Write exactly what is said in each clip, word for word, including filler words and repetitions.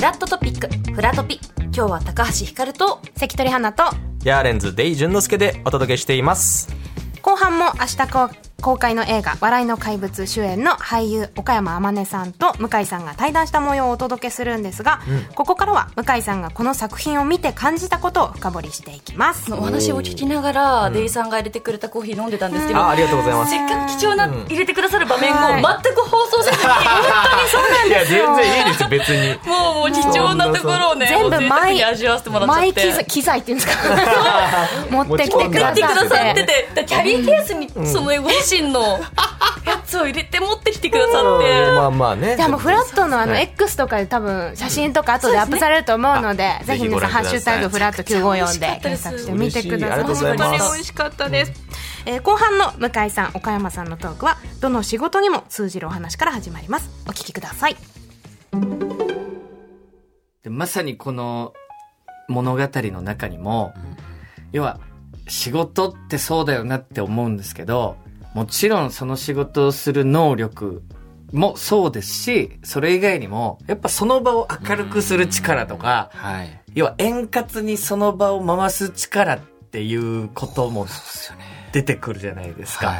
ラットトピックフラトピ。今日は高橋ひかると関取花とヤーレンズデイ淳之介でお届けしています。 後半も明日公公開の映画笑いの怪物主演の俳優岡山天音さんと向井さんが対談した模様をお届けするんですが、うん、ここからは向井さんがこの作品を見て感じたことを深掘りしていきます。 お話を聞きながら、うん、デイさんが入れてくれたコーヒー飲んでたんですけど、うん、 あ, ありがとうございます。 せっかく貴重な入れてくださる場面を全く放送せずに、 はい、本当にそうなんですよ。 いや全然いいですよ別に。 もうもう貴重なところをね全部マイ味わわせてもらっちゃって、 マイ機材っていうんですか持ってきてくださってて、キャリーケースにそのご自身のやつを入れて持ってきてくださって、 まあまあね。 でもフラットのあの X とかで多分写真とか後でアップされると思うので、ぜひ皆さんハッシュタグフラットきゅうごよんで検索してみてください。 本当に美味しかったです。えー、後半の向井さん岡山さんのトークはどの仕事にも通じるお話から始まります。お聞きください。 でまさにこの物語の中にも、うん、要は仕事ってそうだよなって思うんですけど、もちろんその仕事をする能力もそうですし、それ以外にもやっぱその場を明るくする力とか、はい、要は円滑にその場を回す力っていうことも出てくるじゃないですか。はい、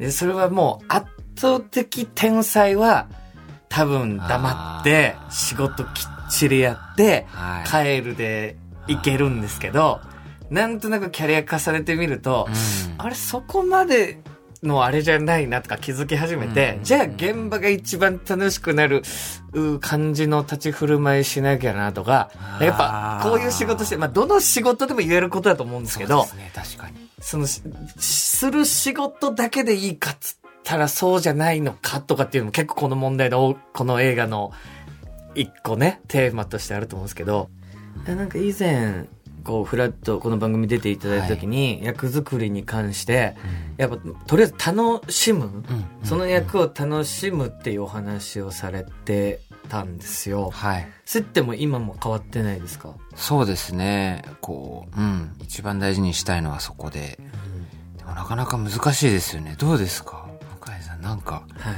でそれはもう圧倒的天才は多分黙って仕事きっちりやって帰るでいけるんですけど、なんとなくキャリア重ねてみると、うん、あれそこまでのあれじゃないなとか気づき始めて、うん、じゃあ現場が一番楽しくなる感じの立ち振る舞いしなきゃなとか、やっぱこういう仕事して、まあどの仕事でも言えることだと思うんですけど、 そうですね、確かに。 そのする仕事だけでいいかっつったらそうじゃないのかとかっていうのも結構この問題のこの映画の一個ねテーマとしてあると思うんですけど、うん、なんか以前こうフラッとこの番組出ていただいた時に、はい、役作りに関して、うん、やっぱとりあえず楽しむ、うん、その役を楽しむっていうお話をされてたんですよ。はい。それっても今も変わってないですか？ そうですね。こう、うん、一番大事にしたいのはそこで、うん、でもなかなか難しいですよね。どうですか、向井さん。なんか、はい、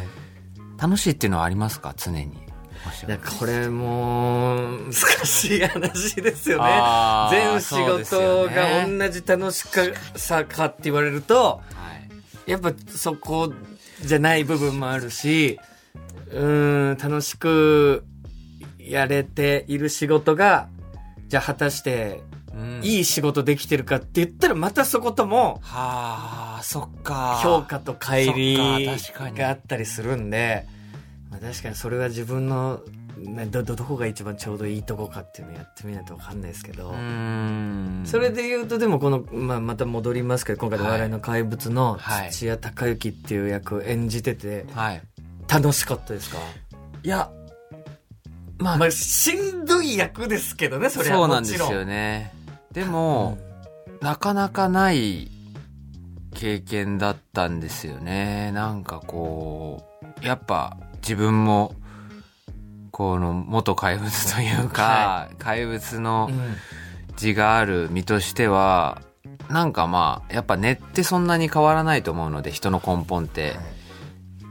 楽しいっていうのはありますか、常に？ いやこれも難しい話ですよね。全仕事が同じ楽しさかって言われると、やっぱそこじゃない部分もあるし、うーん楽しくやれている仕事がじゃあ果たしていい仕事できてるかって言ったらまたそことも、 はあ、そっか、 評価と乖離があったりするんで、まあ、確かにそれは自分のど, どこが一番ちょうどいいとこかっていうのをやってみないと分かんないですけど、うーん、それで言うとでもこの、まあ、また戻りますけど、今回の笑いの怪物の土屋隆之っていう役を演じてて、はい、楽しかったですか？ いや、 まあ、まあ、しんどい役ですけどね、それはもちろん。そうなんですよね。でも、うん、なかなかない経験だったんですよね。なんかこうやっぱ自分もこの元怪物というか、はい、怪物の字がある身としては、うん、なんかまあやっぱ根ってそんなに変わらないと思うので、人の根本って、はい、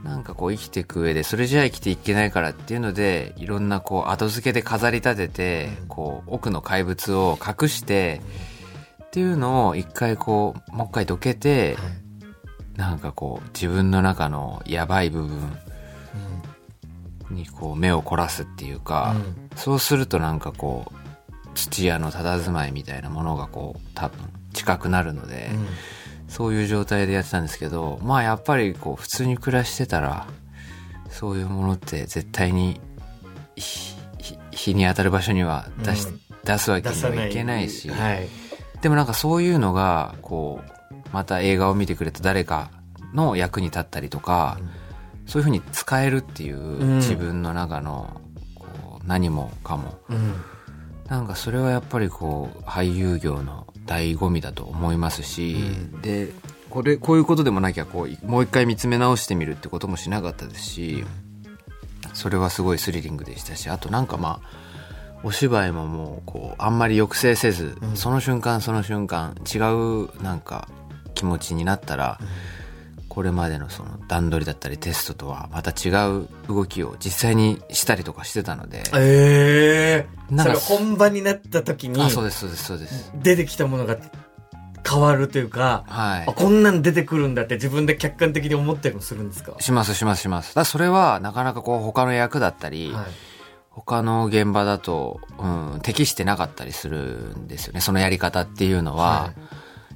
なんかこう生きていく上でそれじゃ生きていけないからっていうので、いろんなこう後付けで飾り立てて、うん、こう奥の怪物を隠して、うん、っていうのを一回こうもう一回どけて、はい、なんかこう自分の中のやばい部分にこう目を凝らすっていうか、うん、そうするとなんかこう土屋の佇まいみたいなものがこう多分近くなるので、うん、そういう状態でやってたんですけど、まあやっぱりこう普通に暮らしてたらそういうものって絶対に日に当たる場所には出し、うん、出すわけにはいけないし、はい、でもなんかそういうのがこうまた映画を見てくれた誰かの役に立ったりとか、うん、そういう風に使えるっていう、うん、自分の中のこう何もかも、うん、なんかそれはやっぱりこう俳優業の醍醐味だと思いますし、うん、でこれこういうことでもなきゃこうもう一回見つめ直してみるってこともしなかったですし、それはすごいスリリングでしたし、あとなんかまあお芝居ももうこうあんまり抑制せず、うん、その瞬間その瞬間違うなんか気持ちになったら、うん、 これまでのその段取りだったりテストとはまた違う動きを実際にしたりとかしてたので。 ええー。 なんかそれ本番になった時に。 あ、そうです、そうです、そうです。 出てきたものが変わるというか、 はい。 あ、こんなん出てくるんだって自分で客観的に思ったりもするんですか？ します、します、します。だからそれはなかなかこう他の役だったり、はい、他の現場だと、うん、適してなかったりするんですよね。そのやり方っていうのは、はい、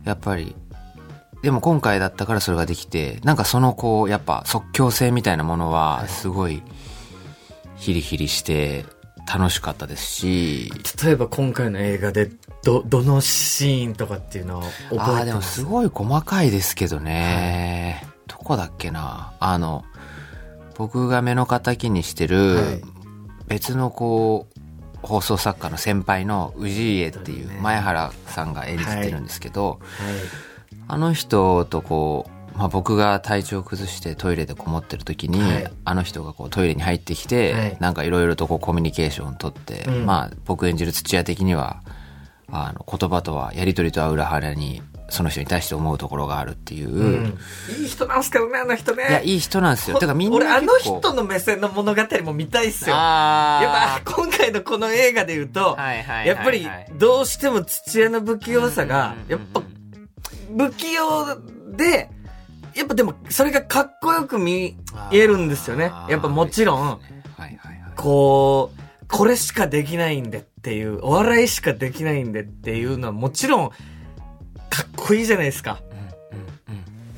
やっぱり、でも今回だったからそれができて、なんかそのこう、やっぱ即興性みたいなものは、すごい、ヒリヒリして楽しかったですし。 例えば今回の映画で、ど、どのシーンとかっていうのを覚えてます？ ああ、でもすごい細かいですけどね。はい、どこだっけな。あの、僕が目の敵にしてる、はい、別のこう、放送作家の先輩の氏家っていう前原さんが演じてるんですけど、はいはい、あの人とこう、まあ、僕が体調を崩してトイレでこもってる時に、はい、あの人がこうトイレに入ってきて、はい、なんかいろいろとこうコミュニケーションを取って、うん、まあ僕演じる土屋的にはあの言葉とはやり取りとは裏腹にその人に対して思うところがあるっていう、うん、 いい人なんすけどね、あの人ね。 いや、いい人なんですよ。てかみんな俺あの人の目線の物語も見たいっすよ。やっぱ今回のこの映画で言うと、はいはいはいはい、やっぱりどうしても土屋の不器用さが、やっぱ不器用で、やっぱでもそれがかっこよく見えるんですよね。やっぱもちろん、はいはいはい、こう、これしかできないんでっていう、お笑いしかできないんでっていうのはもちろん、かっこいいじゃないですか。うん、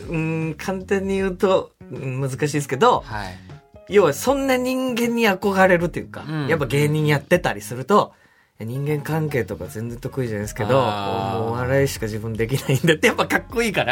うんうん、簡単に言うと、難しいですけど、はい、要はそんな人間に憧れるっていうか、うん、やっぱ芸人やってたりすると、人間関係とか全然得意じゃないですけど、もうお笑いしか自分できないんだってやっぱかっこいいから、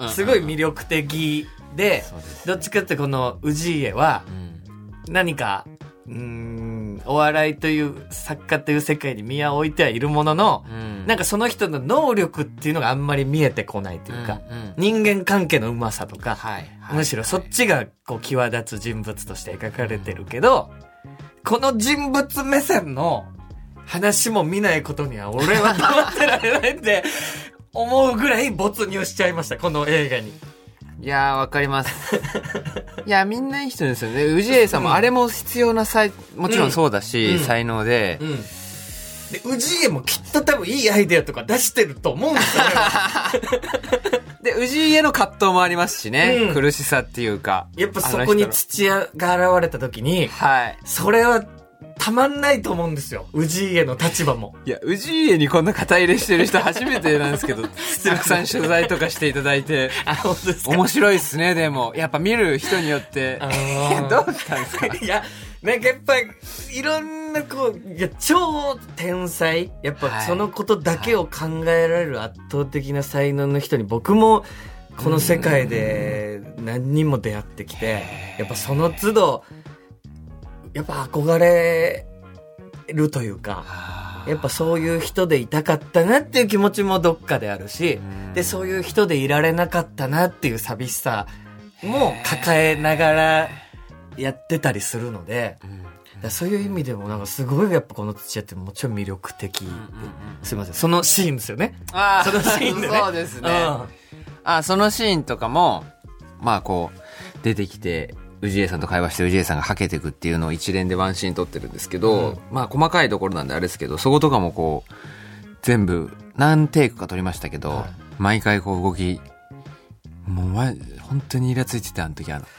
すごい魅力的で、どっちかってこの氏家は、何か、うーん、お笑いという作家という世界に身は置いてはいるものの、うん、なんかその人の能力っていうのがあんまり見えてこないというか、うんうん、人間関係のうまさとか、はいはい、むしろそっちがこう際立つ人物として描かれてるけど、この人物目線の話も見ないことには俺は黙ってられないって思うぐらい没入しちゃいました、この映画に。 いやー、わかります。いや、みんないい人ですよね。氏家さんもあれも必要な才、もちろんそうだし、うん、才能で。うん、 で、氏家もきっと多分いいアイデアとか出してると思うんですよね。 で、氏家の葛藤もありますしね、うん。苦しさっていうか。 やっぱそこに土屋が現れた時に、はい。それは、たまんないと思うんですよ。氏家の立場も。 いや、氏家にこんな肩入れしてる人初めてなんですけど、たくさん取材とかしていただいて。 あ、本当ですか？ 面白いっすね、でも。やっぱ見る人によって。あのー、どうしたんですか？ いや、なんかやっぱ、いろんなこう、いや、超天才。やっぱそのことだけを考えられる圧倒的な才能の人に僕も、この世界で何人も出会ってきて、やっぱその都度、やっぱ憧れるというか、やっぱそういう人でいたかったなっていう気持ちもどっかであるし、で、そういう人でいられなかったなっていう寂しさも抱えながらやってたりするので、だそういう意味でもなんかすごいやっぱこの土屋ってもちろん魅力的で、すいません、そのシーンですよね。 あそのシーンでね。 そうですね。うん、あ、そのシーンとかも、まあこう、出てきて、氏家さんと会話して氏家さんがはけていくっていうのを一連でワンシーン撮ってるんですけど、うん、まあ細かいところなんであれですけど、そことかもこう全部何テイクか撮りましたけど、はい、毎回こう動きもう前本当にイラついてたあの時あの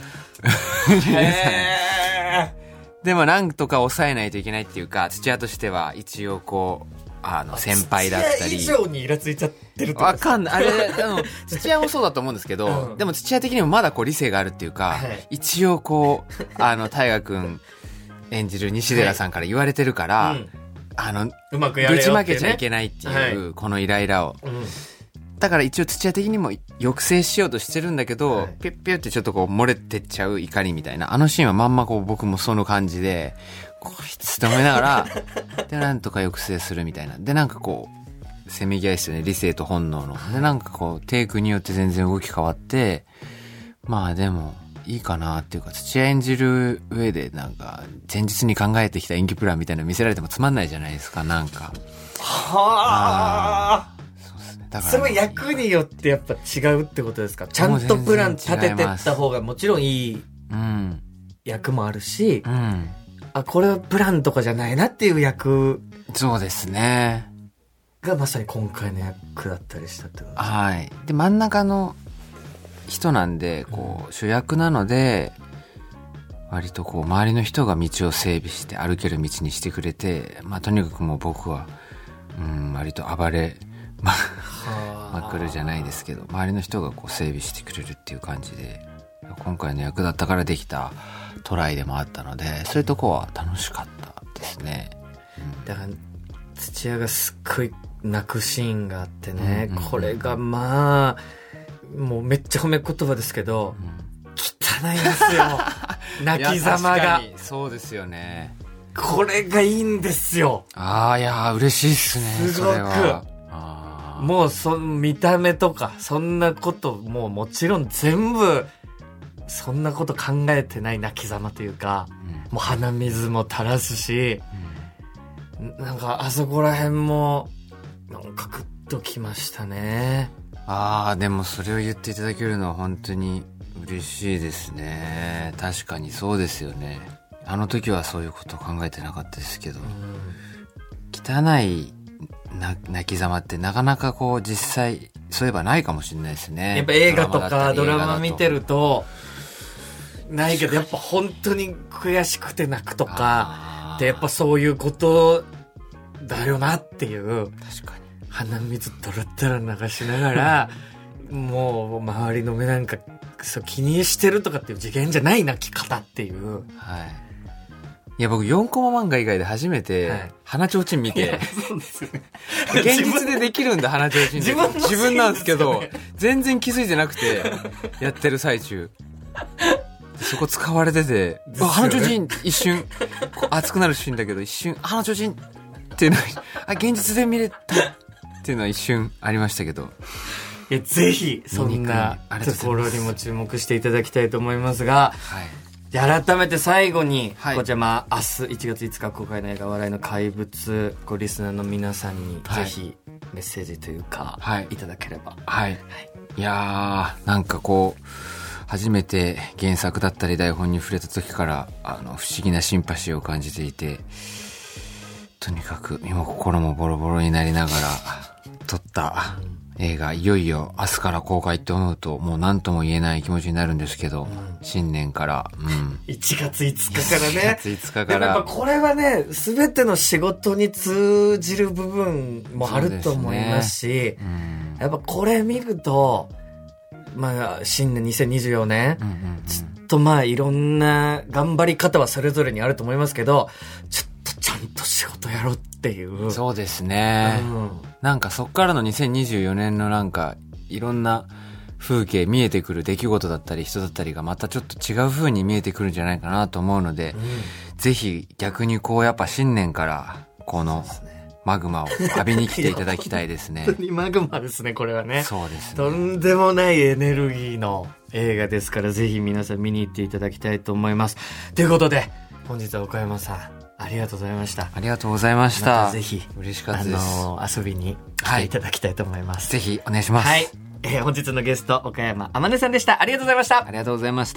でもなんとか抑えないといけないっていうか、土屋としては一応こうあの先輩だったり土屋以上にイラついちゃってるとわかんない。あれあの土屋もそうだと思うんですけど、うん、でも土屋的にもまだこう理性があるっていうか、はい、一応こうあの大河君演じる西寺さんから言われてるから、はい、うん、あのうまくやれよってね、 ぶちまけちゃいけないっていう、はい、このイライラを、うん、だから一応土屋的にも抑制しようとしてるんだけど、はい、ピュッピュッってちょっとこう漏れてっちゃう怒りみたいな、あのシーンはまんまこう僕もその感じでこいつって思いながらでなんとか抑制するみたいな、でなんかこうせめぎ合いですよね、理性と本能の。でなんかこうテイクによって全然動き変わって、まあでもいいかなっていうか、土屋演じる上でなんか前日に考えてきた演技プランみたいなの見せられてもつまんないじゃないですか、なんか。はあ。そうですね。 だからそれは役によってやっぱ違うってことですか？ちゃんとプラン立ててった方がもちろんいいうん役もあるし、 うん、 あ、これはプランとかじゃないなっていう役そうですねがまさに今回の役だったりしたってことですか？ はい。で真ん中の人なんでこう主役なので割とこう周りの人が道を整備して歩ける道にしてくれて、まあとにかくもう僕はうん割と暴れままくるじゃないですけど、周りの人がこう整備してくれるっていう感じで、今回の役だったからできたトライでもあったので、そういうとこは楽しかったですね。うん、 だから土屋がすっごい泣くシーンがあってね、 うんうんうん、 これがまあもうめっちゃ褒め言葉ですけど、うん、汚いんですよ泣きざまが。 そうですよね。 これがいいんですよ。 ああ、いや嬉しいっすね。 すごく。 あもうその見た目とかそんなこともうもちろん全部そんなこと考えてない泣きざまというか、うん、もう鼻水も垂らすし、うん、なんかあそこら辺もなんかグッときましたね。 ああ、でもそれを言っていただけるのは本当に嬉しいですね。確かにそうですよね。あの時はそういうことを考えてなかったですけど、うん、汚いな泣きざまってなかなかこう実際そういえばないかもしれないですね。 やっぱ映画とかドラマ見てるとないけど、やっぱ本当に悔しくて泣くとかってやっぱそういうことだよなっていう。 確かに鼻水ドラッドラ流しながらもう周りの目なんかそう気にしてるとかっていう次元じゃない泣き方っていう。 はい。いや僕よんコマ漫画以外で初めて鼻ちょうちん見て、はい、 そうですよね、 現実でできるんだ鼻ちょうちんって自分、自分なんですけど全然気づいてなくてやってる最中そこ使われてて、ね、鼻ちょうちん一瞬熱くなるシーンだけど一瞬鼻ちょうちんっていうのあ現実で見れたっていうのは一瞬ありましたけど、 いやぜひそんなところにも注目していただきたいと思いますが、はい、で改めて最後に、はい、こちらまあ明日いちがついつか公開の映画笑いの怪物、こうリスナーの皆さんにぜひメッセージというか、はい、いただければ。 はい、はい、いやーなんかこう初めて原作だったり台本に触れた時からあの不思議なシンパシーを感じていて、とにかく身も心もボロボロになりながら撮った映画、いよいよ明日から公開って思うともう何とも言えない気持ちになるんですけど、うん、新年から、うん、 いちがついつかからね、 いちがついつかからでもやっぱこれはね全ての仕事に通じる部分もあると思いますし、ね、うん、やっぱこれ見るとまあ新年にせんにじゅうよねん、うんうんうん、ずっとまあいろんな頑張り方はそれぞれにあると思いますけど、ちょっとちゃんと仕事やろうっていう。 そうですね、うん、なんかそっからのにせんにじゅうよねんのなんかいろんな風景見えてくる出来事だったり人だったりがまたちょっと違う風に見えてくるんじゃないかなと思うので、うん、ぜひ逆にこうやっぱ新年からこのマグマを浴びに来ていただきたいですね。 本当にマグマですね、これはね。 そうですね。 とんでもないエネルギーの映画ですから、ぜひ皆さん見に行っていただきたいと思います。ということで、本日は岡山さん、ありがとうございました。 ありがとうございました。 またぜひ、 嬉しかったです。 あのー、遊びに来ていただきたいと思います。 はい、ぜひお願いします。 はい。えー、本日のゲスト、岡山天音さんでした。ありがとうございました。 ありがとうございました。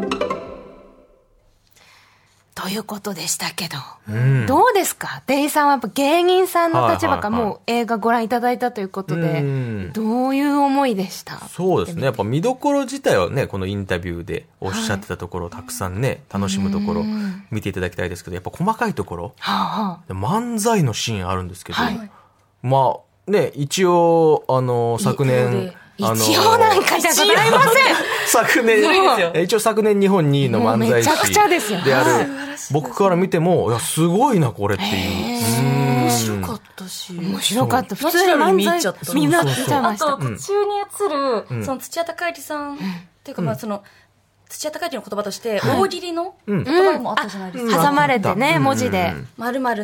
ということでしたけど、うん、どうですか、デイさんはやっぱ芸人さんの立場からもう映画ご覧いただいたということで、はいはいはい、どういう思いでした？ そうですね、やっぱ見どころ自体はね、このインタビューでおっしゃってたところをたくさんね、楽しむところ見ていただきたいですけど、やっぱ細かいところ、はあ、漫才のシーンあるんですけど、はい、まあね、一応あの昨年一応なんかじゃございません。 昨年、一応昨年日本にいの漫才師めちゃくちゃですよ。 である僕から見ても、いやすごいなこれっていう。 面白かったし。 面白かった。普通に漫才見ちゃった。みんな見ちゃいました。 あと途中に映るその土屋隆之さんっていうかまあその土屋隆之の言葉として大喜利の言葉もあったじゃないですか。 挟まれてね、文字で丸々な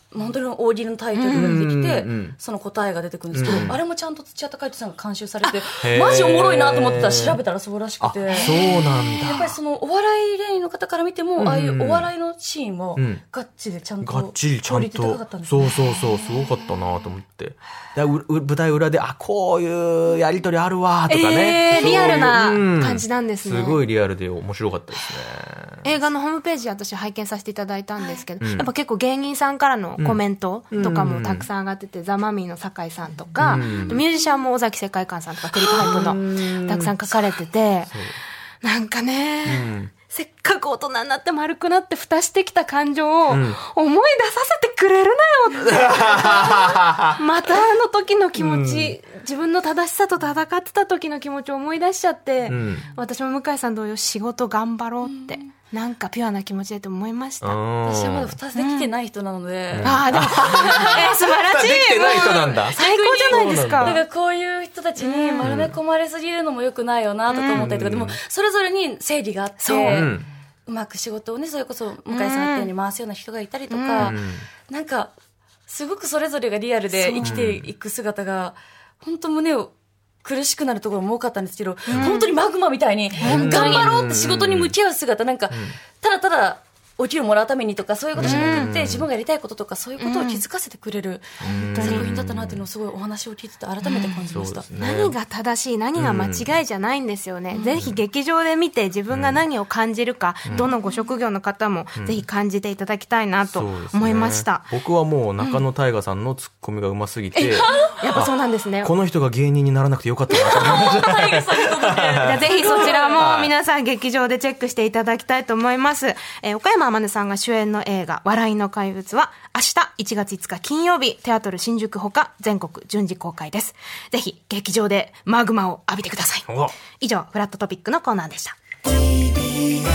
本当に大喜利のタイトルが出てきて、 うんうんその答えが出てくるんですけど、 うんあれもちゃんと土屋太一さんが監修されて、マジおもろいなと思ってたら調べたらそうらしくて。 そうなんだ。 やっぱりそのお笑い芸人の方から見ても、 うんああいうお笑いのシーンもうんガッチでちゃんと、 がっちりちゃんクオリティ高かったとんですねそうそうそうすごかったなと思ってでうう舞台裏であこういうやりとりあるわとかね、 えーリアルなうん感じなんですねすごいリアルで面白かったですね。 映画のホームページ私拝見させていただいたんですけど、 うんやっぱ結構芸人さんからのコメントとかもたくさん上がってて、ザ・マミィの酒井さんとか、 うんミュージシャンも尾崎世界観さんとかクリップハイプのたくさん書かれてて、なんかね、 うんせっかく大人になって丸くなって蓋してきた感情を思いん出させてくれるなよってまたあの時の気持ち、自分の正しさと戦ってた時の気持ちを思い出しちゃって、 うん私も向井さん同様仕事頑張ろうって、なんかピュアな気持ちでと思いました。 私はまだ二つできてない人なので、 ああ、でも、えー、素晴らしい。 できてない人なんだもう最高じゃないですか。 なんかこういう人たちに丸め込まれすぎるのも良くないよなとか思ったりとか、でもそれぞれに正義があって、 そううんうまく仕事をね、それこそ向井さんが言ったように回すような人がいたりとか、なんかすごくそれぞれがリアルで生きていく姿が本当胸を苦しくなるところも多かったんですけど、本当にマグマみたいに頑張ろうって仕事に向き合う姿、なんかただただお給料もらうためにとかそういうことじゃなくて、自分がやりたいこととかそういうことを気づかせてくれる作品だったなっていうのをすごいお話を聞いてて改めて感じました。 何が正しい何が間違いじゃないんですよね、うん、ぜひ劇場で見て自分が何を感じるか、うん、どのご職業の方もぜひ感じていただきたいなと思いました、 うんね、僕はもう中野大河さんのツッコミがうますぎて、うん、 やっぱそうなんですね。 この人が芸人にならなくてよかったなと思いましたぜひそちらも皆さん劇場でチェックしていただきたいと思います、えー、岡山天音さんが主演の映画笑いの怪物は明日いちがついつか金曜日テアトル新宿ほか全国順次公開です。ぜひ劇場でマグマを浴びてください。以上フラットトピックのコーナーでした。